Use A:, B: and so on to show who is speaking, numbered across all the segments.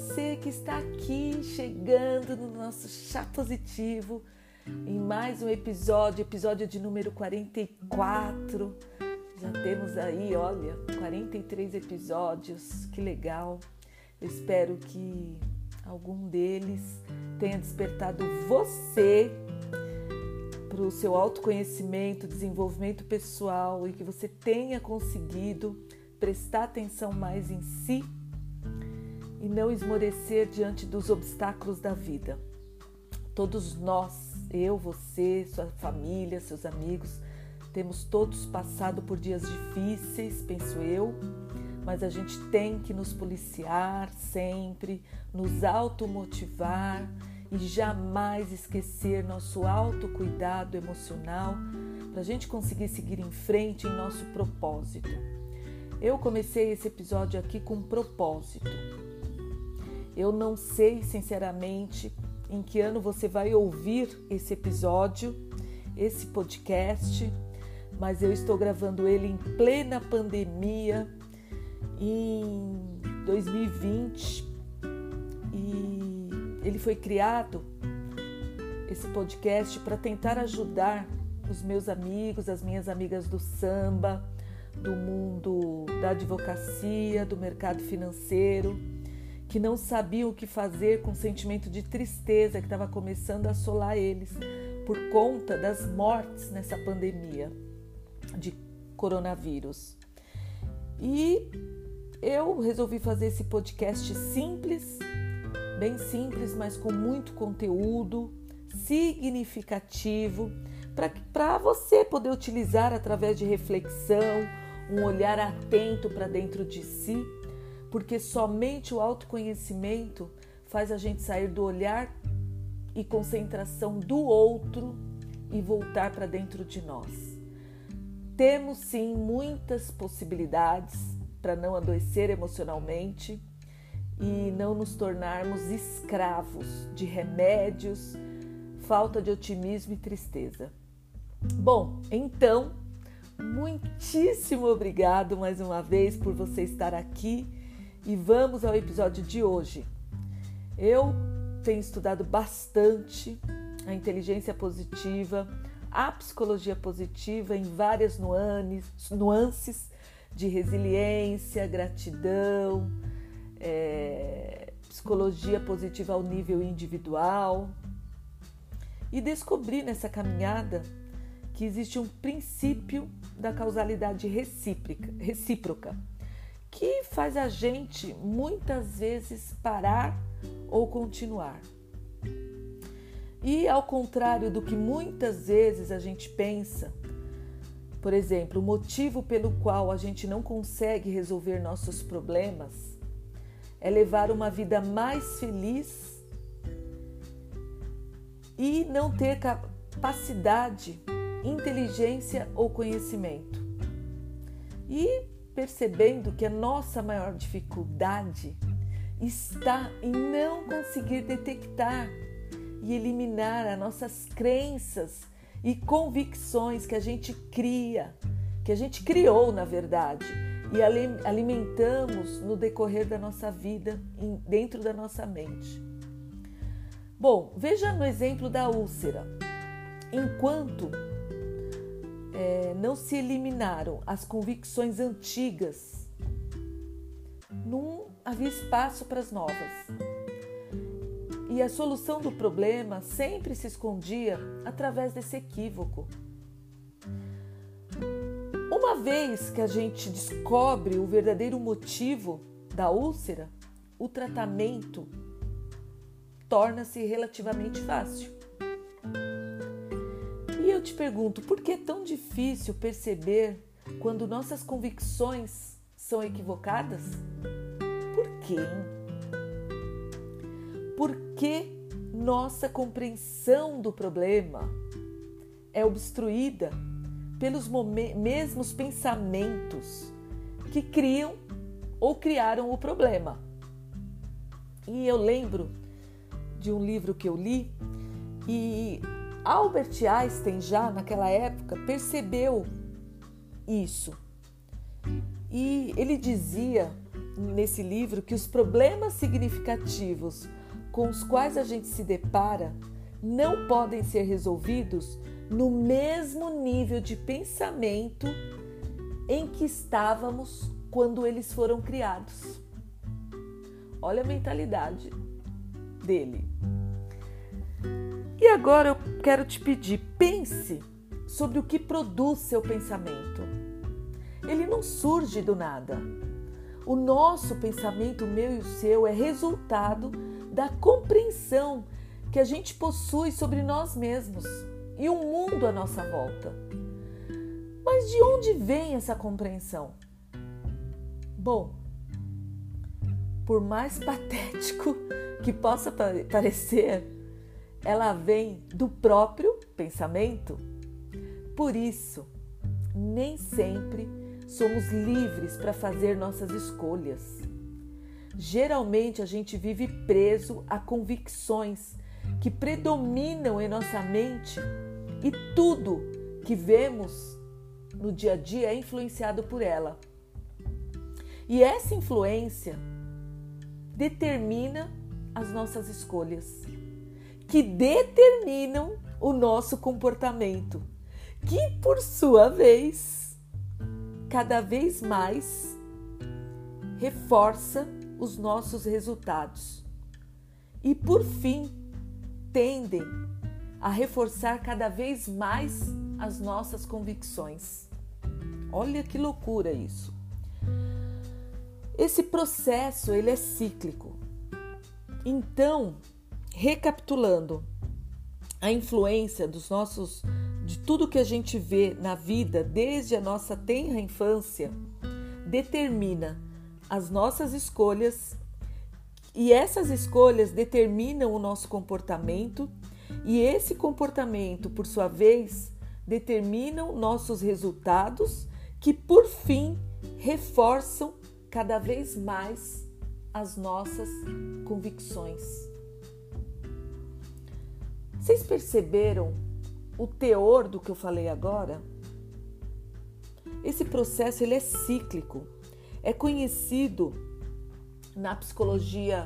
A: você que está aqui chegando no nosso Chá Positivo em mais um episódio de número 44. Já temos aí, olha, 43 episódios, que legal. Eu espero que algum deles tenha despertado você para o seu autoconhecimento, desenvolvimento pessoal e que você tenha conseguido prestar atenção mais em si e não esmorecer diante dos obstáculos da vida. Todos nós, eu, você, sua família, seus amigos, temos todos passado por dias difíceis, penso eu, mas a gente tem que nos policiar sempre, nos automotivar e jamais esquecer nosso autocuidado emocional para a gente conseguir seguir em frente em nosso propósito. Eu comecei esse episódio aqui com um propósito. Eu não sei, sinceramente, em que ano você vai ouvir esse episódio, esse podcast, mas eu estou gravando ele em plena pandemia, em 2020, e ele foi criado, esse podcast, para tentar ajudar os meus amigos, as minhas amigas do samba, do mundo da advocacia, do mercado financeiro, que não sabiam o que fazer com o sentimento de tristeza que estava começando a assolar eles por conta das mortes nessa pandemia de coronavírus. E eu resolvi fazer esse podcast simples, bem simples, mas com muito conteúdo significativo para você poder utilizar através de reflexão, um olhar atento para dentro de si, porque somente o autoconhecimento faz a gente sair do olhar e concentração do outro e voltar para dentro de nós. Temos sim muitas possibilidades para não adoecer emocionalmente e não nos tornarmos escravos de remédios, falta de otimismo e tristeza. Bom, então, muitíssimo obrigado mais uma vez por você estar aqui e vamos ao episódio de hoje. Eu tenho estudado bastante a inteligência positiva, a psicologia positiva em várias nuances de resiliência, gratidão, psicologia positiva ao nível individual e descobri nessa caminhada que existe um princípio da causalidade recíproca que faz a gente muitas vezes parar ou continuar. E ao contrário do que muitas vezes a gente pensa, por exemplo, o motivo pelo qual a gente não consegue resolver nossos problemas é levar uma vida mais feliz e não ter capacidade, inteligência ou conhecimento. E percebendo que a nossa maior dificuldade está em não conseguir detectar e eliminar as nossas crenças e convicções que a gente cria, que a gente criou, na verdade, e alimentamos no decorrer da nossa vida, dentro da nossa mente. Bom, veja no exemplo da úlcera. Enquanto não se eliminaram as convicções antigas, não havia espaço para as novas. E a solução do problema sempre se escondia através desse equívoco. Uma vez que a gente descobre o verdadeiro motivo da úlcera, o tratamento torna-se relativamente fácil. E eu te pergunto, por que é tão difícil perceber quando nossas convicções são equivocadas? Por quê? Por que nossa compreensão do problema é obstruída pelos mesmos pensamentos que criam ou criaram o problema? E eu lembro de um livro que eu li e Albert Einstein já naquela época percebeu isso. E ele dizia nesse livro que os problemas significativos com os quais a gente se depara não podem ser resolvidos no mesmo nível de pensamento em que estávamos quando eles foram criados. Olha a mentalidade dele. E agora eu quero te pedir, pense sobre o que produz seu pensamento. Ele não surge do nada. O nosso pensamento, o meu e o seu, é resultado da compreensão que a gente possui sobre nós mesmos e o mundo à nossa volta. Mas de onde vem essa compreensão? Bom, por mais patético que possa parecer, ela vem do próprio pensamento. Por isso, nem sempre somos livres para fazer nossas escolhas. Geralmente a gente vive preso a convicções que predominam em nossa mente e tudo que vemos no dia a dia é influenciado por ela. E essa influência determina as nossas escolhas, que determinam o nosso comportamento, que por sua vez, cada vez mais reforça os nossos resultados e por fim tendem a reforçar cada vez mais as nossas convicções. Olha que loucura isso. Esse processo, ele é cíclico. Então, recapitulando, a influência de tudo que a gente vê na vida desde a nossa tenra infância determina as nossas escolhas e essas escolhas determinam o nosso comportamento e esse comportamento, por sua vez, determinam nossos resultados que, por fim, reforçam cada vez mais as nossas convicções. Vocês perceberam o teor do que eu falei agora? Esse processo ele é cíclico. É conhecido na psicologia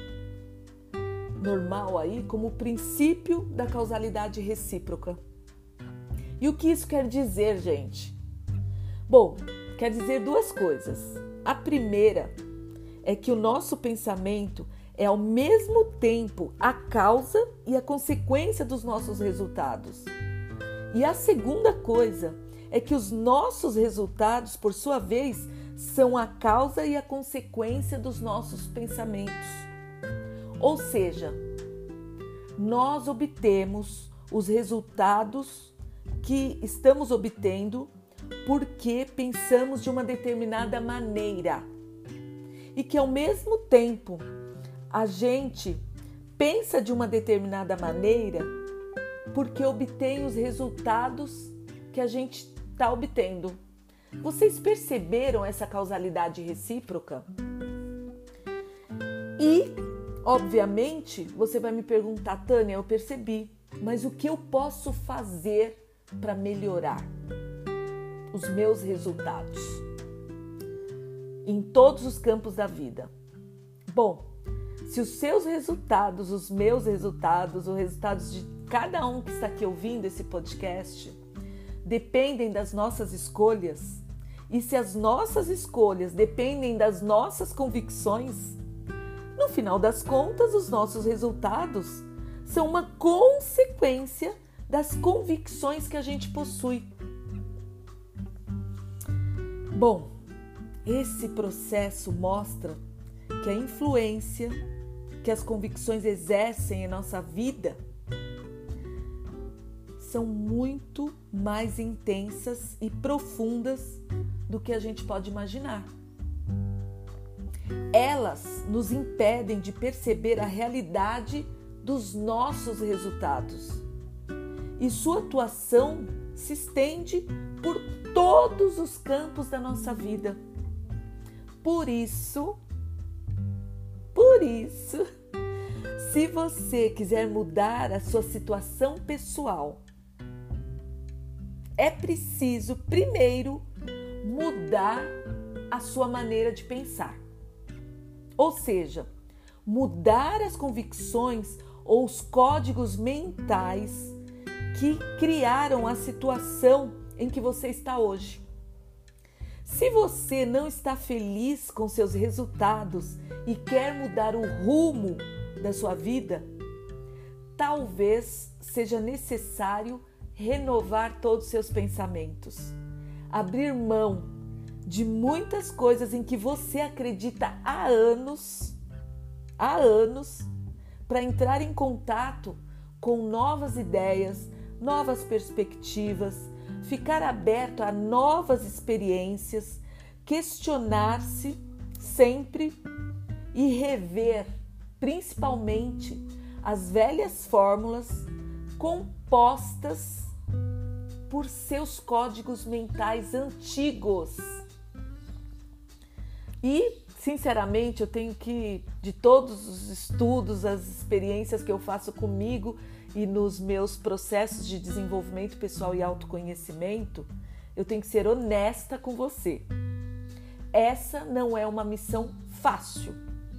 A: normal aí como o princípio da causalidade recíproca. E o que isso quer dizer, gente? Bom, quer dizer duas coisas. A primeira é que o nosso pensamento é ao mesmo tempo a causa e a consequência dos nossos resultados. E a segunda coisa é que os nossos resultados, por sua vez, são a causa e a consequência dos nossos pensamentos. Ou seja, nós obtemos os resultados que estamos obtendo porque pensamos de uma determinada maneira e que ao mesmo tempo a gente pensa de uma determinada maneira porque obtém os resultados que a gente está obtendo. Vocês perceberam essa causalidade recíproca? E, obviamente, você vai me perguntar, Tânia, eu percebi, mas o que eu posso fazer para melhorar os meus resultados em todos os campos da vida? Bom, se os seus resultados, os meus resultados, os resultados de cada um que está aqui ouvindo esse podcast dependem das nossas escolhas, e se as nossas escolhas dependem das nossas convicções, no final das contas, os nossos resultados são uma consequência das convicções que a gente possui. Bom, esse processo mostra que a influência que as convicções exercem em nossa vida são muito mais intensas e profundas do que a gente pode imaginar. Elas nos impedem de perceber a realidade dos nossos resultados e sua atuação se estende por todos os campos da nossa vida. Por isso, se você quiser mudar a sua situação pessoal, é preciso primeiro mudar a sua maneira de pensar. Ou seja, mudar as convicções ou os códigos mentais que criaram a situação em que você está hoje. Se você não está feliz com seus resultados e quer mudar o rumo da sua vida, talvez seja necessário renovar todos os seus pensamentos, abrir mão de muitas coisas em que você acredita há anos, para entrar em contato com novas ideias, novas perspectivas, ficar aberto a novas experiências, questionar-se sempre e rever, principalmente, as velhas fórmulas compostas por seus códigos mentais antigos. E, sinceramente, eu tenho que, de todos os estudos, as experiências que eu faço comigo e nos meus processos de desenvolvimento pessoal e autoconhecimento, eu tenho que ser honesta com você. Essa não é uma missão fácil.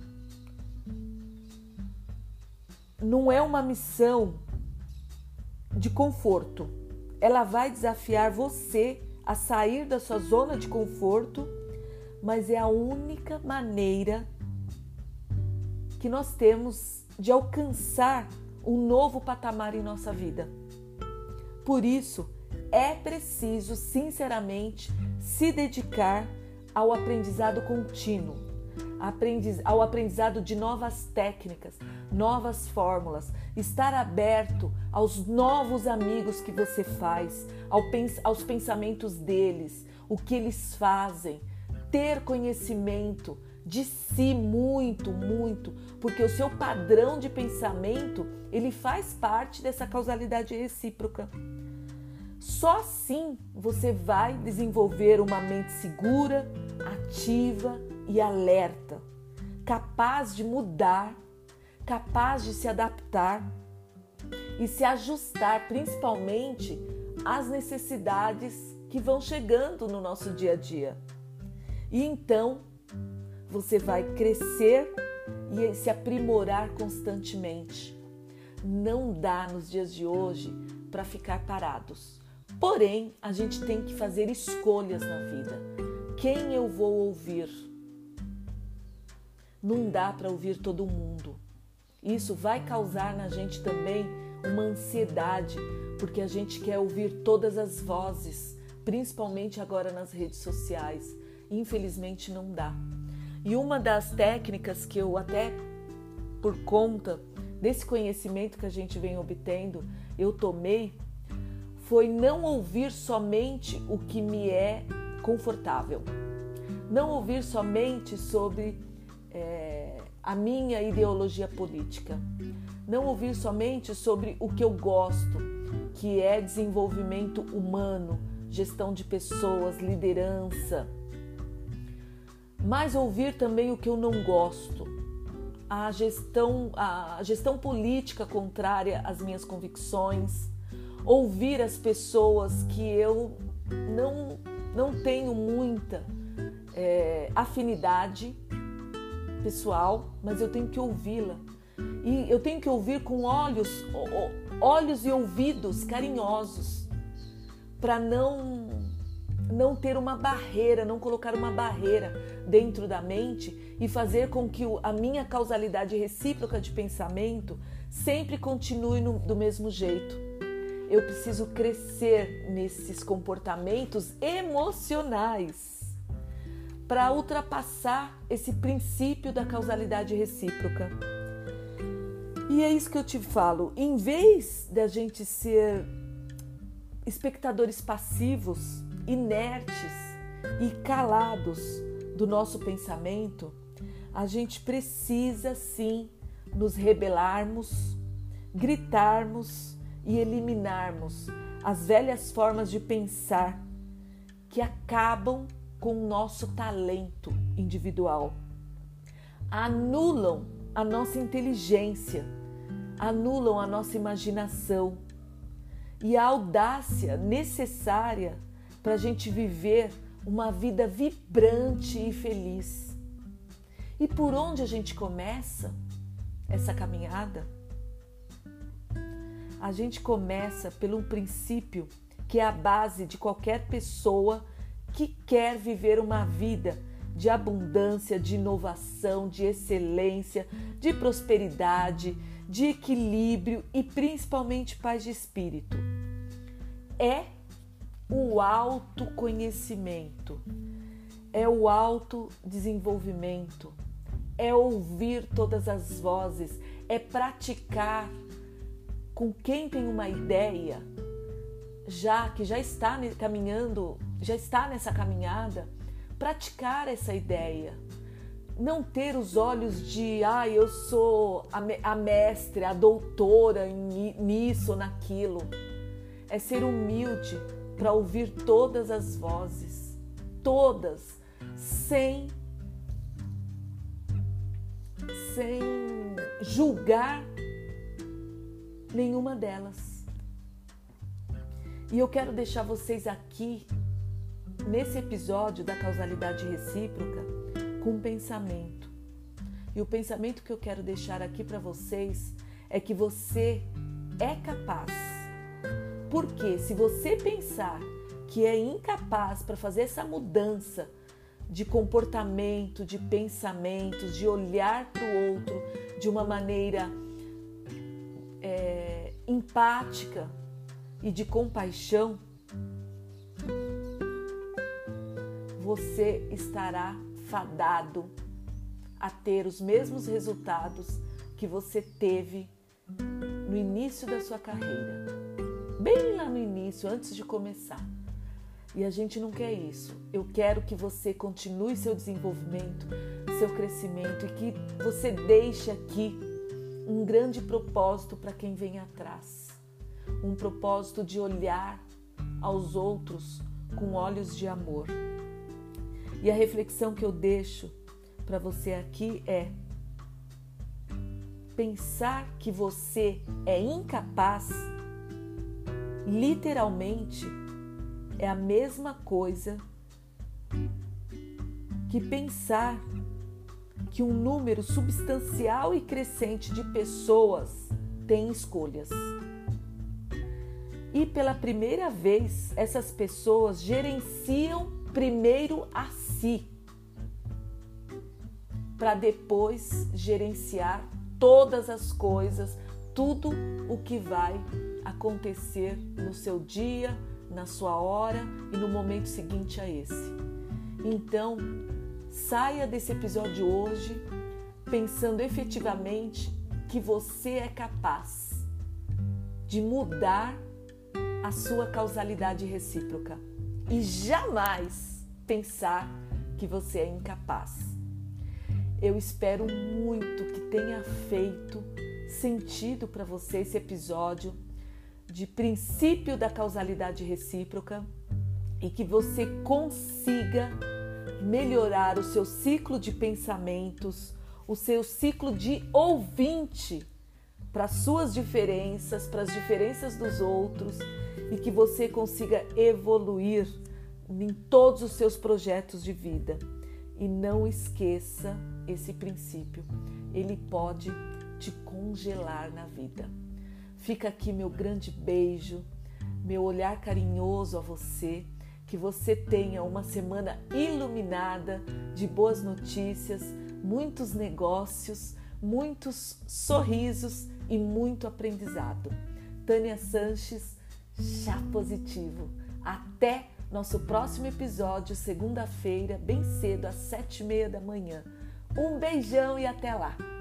A: Não é uma missão de conforto. Ela vai desafiar você a sair da sua zona de conforto, mas é a única maneira que nós temos de alcançar um novo patamar em nossa vida. Por isso, é preciso, sinceramente, se dedicar ao aprendizado contínuo, ao aprendizado de novas técnicas, novas fórmulas, estar aberto aos novos amigos que você faz, aos pensamentos deles, o que eles fazem, ter conhecimento de si muito, porque o seu padrão de pensamento, ele faz parte dessa causalidade recíproca. Só assim você vai desenvolver uma mente segura, ativa e alerta, capaz de mudar, capaz de se adaptar e se ajustar principalmente às necessidades que vão chegando no nosso dia a dia. E então você vai crescer e se aprimorar constantemente. Não dá nos dias de hoje para ficar parados. Porém, a gente tem que fazer escolhas na vida. Quem eu vou ouvir? Não dá para ouvir todo mundo. Isso vai causar na gente também uma ansiedade, porque a gente quer ouvir todas as vozes, principalmente agora nas redes sociais. Infelizmente não dá. E uma das técnicas que eu até por conta desse conhecimento que a gente vem obtendo, eu tomei, foi não ouvir somente o que me é confortável. Não ouvir somente sobre a minha ideologia política. Não ouvir somente sobre o que eu gosto, que é desenvolvimento humano, gestão de pessoas, liderança. Mas ouvir também o que eu não gosto, a gestão política contrária às minhas convicções, ouvir as pessoas que eu não tenho muita afinidade pessoal, mas eu tenho que ouvi-la. E eu tenho que ouvir com olhos e ouvidos carinhosos, para não ter uma barreira, não colocar uma barreira dentro da mente e fazer com que a minha causalidade recíproca de pensamento sempre continue do mesmo jeito. Eu preciso crescer nesses comportamentos emocionais para ultrapassar esse princípio da causalidade recíproca. E é isso que eu te falo. Em vez da gente ser espectadores passivos, inertes e calados do nosso pensamento, a gente precisa sim nos rebelarmos, gritarmos e eliminarmos as velhas formas de pensar que acabam com o nosso talento individual, anulam a nossa inteligência, anulam a nossa imaginação e a audácia necessária para a gente viver uma vida vibrante e feliz. E por onde a gente começa essa caminhada? A gente começa pelo princípio que é a base de qualquer pessoa que quer viver uma vida de abundância, de inovação, de excelência, de prosperidade, de equilíbrio e principalmente paz de espírito. É o autoconhecimento, é o autodesenvolvimento, é ouvir todas as vozes, é praticar com quem tem uma ideia, já está caminhando, já está nessa caminhada, praticar essa ideia. Não ter os olhos de, eu sou a mestre, a doutora nisso ou naquilo. É ser humilde para ouvir todas as vozes, todas, sem julgar nenhuma delas. E eu quero deixar vocês aqui, nesse episódio da causalidade recíproca, com um pensamento. E o pensamento que eu quero deixar aqui para vocês é que você é capaz. Porque se você pensar que é incapaz para fazer essa mudança de comportamento, de pensamentos, de olhar para o outro de uma maneira empática e de compaixão, você estará fadado a ter os mesmos resultados que você teve no início da sua carreira, bem lá no início, antes de começar. E a gente não quer isso. Eu quero que você continue seu desenvolvimento, seu crescimento e que você deixe aqui um grande propósito para quem vem atrás. Um propósito de olhar aos outros com olhos de amor. E a reflexão que eu deixo para você aqui é: pensar que você é incapaz, literalmente, é a mesma coisa que pensar que um número substancial e crescente de pessoas tem escolhas. E pela primeira vez, essas pessoas gerenciam primeiro a si, para depois gerenciar todas as coisas, tudo o que vai acontecer no seu dia, na sua hora e no momento seguinte a esse. Então, saia desse episódio hoje pensando efetivamente que você é capaz de mudar a sua causalidade recíproca e jamais pensar que você é incapaz. Eu espero muito que tenha feito sentido para você esse episódio de princípio da causalidade recíproca e que você consiga melhorar o seu ciclo de pensamentos, o seu ciclo de ouvinte para as suas diferenças, para as diferenças dos outros e que você consiga evoluir em todos os seus projetos de vida. E não esqueça esse princípio, ele pode te congelar na vida. Fica aqui meu grande beijo, meu olhar carinhoso a você, que você tenha uma semana iluminada de boas notícias, muitos negócios, muitos sorrisos e muito aprendizado. Tânia Sanches, Chá Positivo. Até nosso próximo episódio, segunda-feira, bem cedo, às 7h30 da manhã. Um beijão e até lá!